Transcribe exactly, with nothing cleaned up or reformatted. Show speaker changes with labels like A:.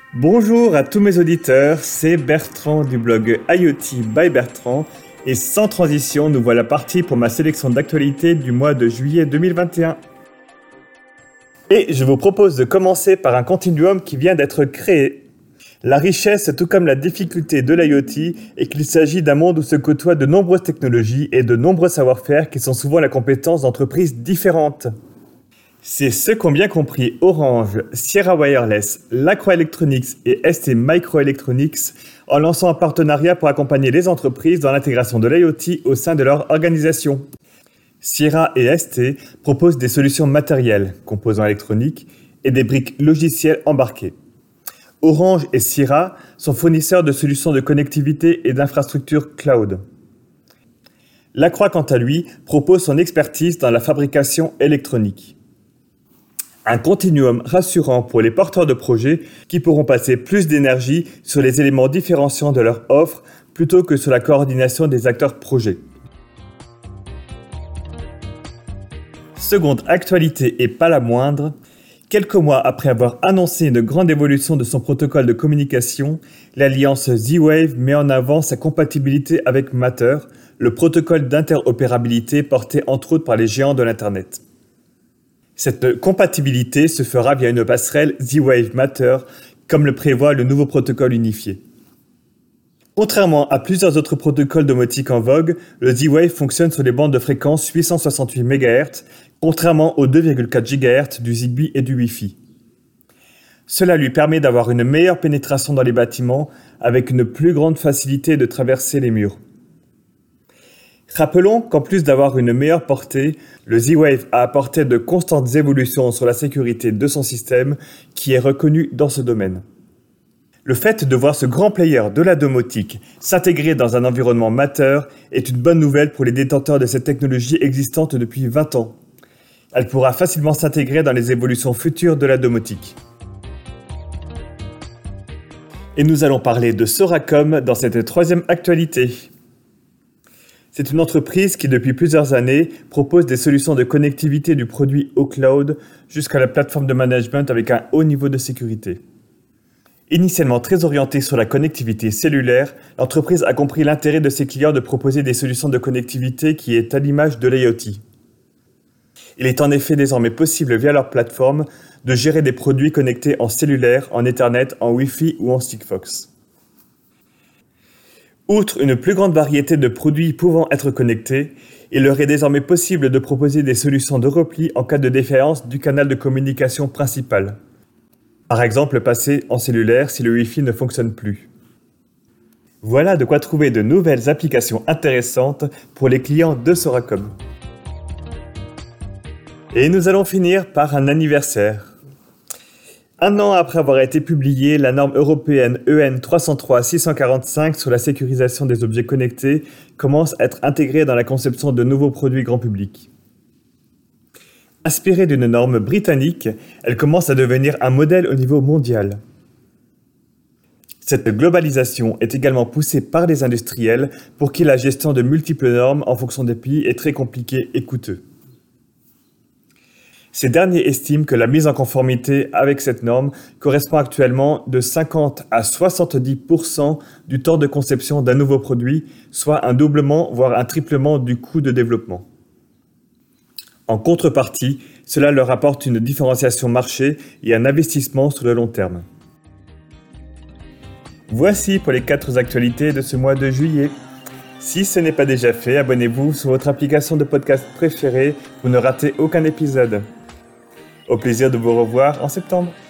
A: Bonjour à tous mes auditeurs, c'est Bertrand du blog IoT by Bertrand et sans transition, nous voilà partis pour ma sélection d'actualités du mois de juillet deux mille vingt et un. Et je vous propose de commencer par un continuum qui vient d'être créé. La richesse, tout comme la difficulté de l'IoT, est qu'il s'agit d'un monde où se côtoient de nombreuses technologies et de nombreux savoir-faire qui sont souvent la compétence d'entreprises différentes. C'est ce qu'ont bien compris Orange, Sierra Wireless, Lacroix Electronics et S T Microelectronics en lançant un partenariat pour accompagner les entreprises dans l'intégration de l'IoT au sein de leur organisation. Sierra et S T proposent des solutions matérielles, composants électroniques, et des briques logicielles embarquées. Orange et Sierra sont fournisseurs de solutions de connectivité et d'infrastructures cloud. Lacroix, quant à lui, propose son expertise dans la fabrication électronique. Un continuum rassurant pour les porteurs de projets qui pourront passer plus d'énergie sur les éléments différenciants de leur offre plutôt que sur la coordination des acteurs projets. Seconde actualité et pas la moindre, quelques mois après avoir annoncé une grande évolution de son protocole de communication, l'alliance Z-Wave met en avant sa compatibilité avec Matter, le protocole d'interopérabilité porté entre autres par les géants de l'Internet. Cette compatibilité se fera via une passerelle Z-Wave Matter, comme le prévoit le nouveau protocole unifié. Contrairement à plusieurs autres protocoles domotiques en vogue, le Z-Wave fonctionne sur les bandes de fréquence huit cent soixante-huit mégahertz, contrairement aux deux virgule quatre gigahertz du Zigbee et du Wi-Fi. Cela lui permet d'avoir une meilleure pénétration dans les bâtiments, avec une plus grande facilité de traverser les murs. Rappelons qu'en plus d'avoir une meilleure portée, le Z-Wave a apporté de constantes évolutions sur la sécurité de son système qui est reconnu dans ce domaine. Le fait de voir ce grand player de la domotique s'intégrer dans un environnement Matter est une bonne nouvelle pour les détenteurs de cette technologie existante depuis vingt ans. Elle pourra facilement s'intégrer dans les évolutions futures de la domotique. Et nous allons parler de Soracom dans cette troisième actualité. C'est une entreprise qui, depuis plusieurs années, propose des solutions de connectivité du produit au cloud jusqu'à la plateforme de management avec un haut niveau de sécurité. Initialement très orientée sur la connectivité cellulaire, l'entreprise a compris l'intérêt de ses clients de proposer des solutions de connectivité qui est à l'image de l'IoT. Il est en effet désormais possible via leur plateforme de gérer des produits connectés en cellulaire, en Ethernet, en Wi-Fi ou en Sigfox. Outre une plus grande variété de produits pouvant être connectés, il leur est désormais possible de proposer des solutions de repli en cas de défaillance du canal de communication principal. Par exemple, passer en cellulaire si le Wi-Fi ne fonctionne plus. Voilà de quoi trouver de nouvelles applications intéressantes pour les clients de Soracom. Et nous allons finir par un anniversaire. Un an après avoir été publiée, la norme européenne E N trois cent trois six cent quarante-cinq sur la sécurisation des objets connectés commence à être intégrée dans la conception de nouveaux produits grand public. Inspirée d'une norme britannique, elle commence à devenir un modèle au niveau mondial. Cette globalisation est également poussée par les industriels pour qui la gestion de multiples normes en fonction des pays est très compliquée et coûteux. Ces derniers estiment que la mise en conformité avec cette norme correspond actuellement de cinquante à soixante-dix pour cent du temps de conception d'un nouveau produit, soit un doublement voire un triplement du coût de développement. En contrepartie, cela leur apporte une différenciation marché et un investissement sur le long terme. Voici pour les quatre actualités de ce mois de juillet. Si ce n'est pas déjà fait, abonnez-vous sur votre application de podcast préférée pour ne rater aucun épisode. Au plaisir de vous revoir en septembre.